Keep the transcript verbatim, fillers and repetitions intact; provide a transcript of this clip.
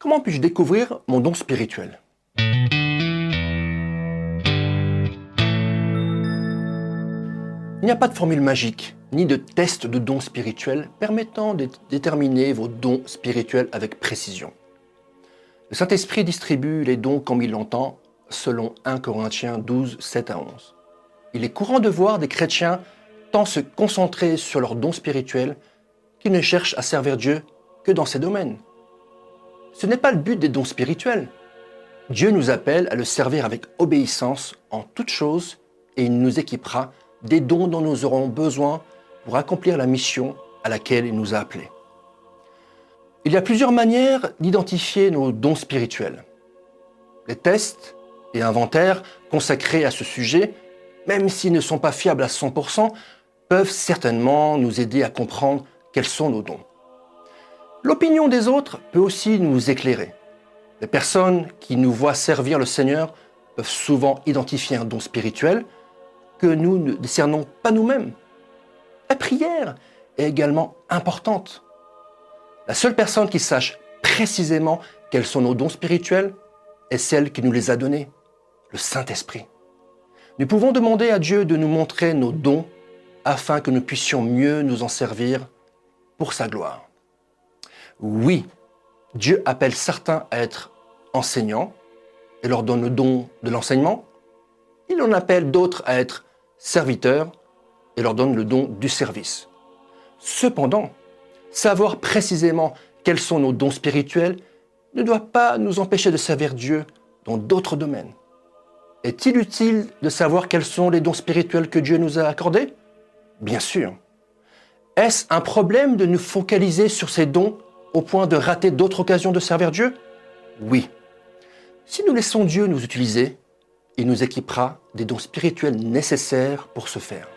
Comment puis-je découvrir mon don spirituel? Il n'y a pas de formule magique, ni de test de dons spirituels permettant de déterminer vos dons spirituels avec précision. Le Saint-Esprit distribue les dons comme il l'entend, selon un Corinthiens douze, sept à onze. Il est courant de voir des chrétiens tant se concentrer sur leurs dons spirituels qu'ils ne cherchent à servir Dieu que dans ces domaines. Ce n'est pas le but des dons spirituels. Dieu nous appelle à le servir avec obéissance en toutes choses et il nous équipera des dons dont nous aurons besoin pour accomplir la mission à laquelle il nous a appelés. Il y a plusieurs manières d'identifier nos dons spirituels. Les tests et inventaires consacrés à ce sujet, même s'ils ne sont pas fiables à cent pour cent, peuvent certainement nous aider à comprendre quels sont nos dons. L'opinion des autres peut aussi nous éclairer. Les personnes qui nous voient servir le Seigneur peuvent souvent identifier un don spirituel que nous ne discernons pas nous-mêmes. La prière est également importante. La seule personne qui sache précisément quels sont nos dons spirituels est celle qui nous les a donnés, le Saint-Esprit. Nous pouvons demander à Dieu de nous montrer nos dons afin que nous puissions mieux nous en servir pour sa gloire. Oui, Dieu appelle certains à être enseignants et leur donne le don de l'enseignement. Il en appelle d'autres à être serviteurs et leur donne le don du service. Cependant, savoir précisément quels sont nos dons spirituels ne doit pas nous empêcher de servir Dieu dans d'autres domaines. Est-il utile de savoir quels sont les dons spirituels que Dieu nous a accordés? Bien sûr. Est-ce un problème de nous focaliser sur ces dons au point de rater d'autres occasions de servir Dieu? Oui. Si nous laissons Dieu nous utiliser, il nous équipera des dons spirituels nécessaires pour ce faire.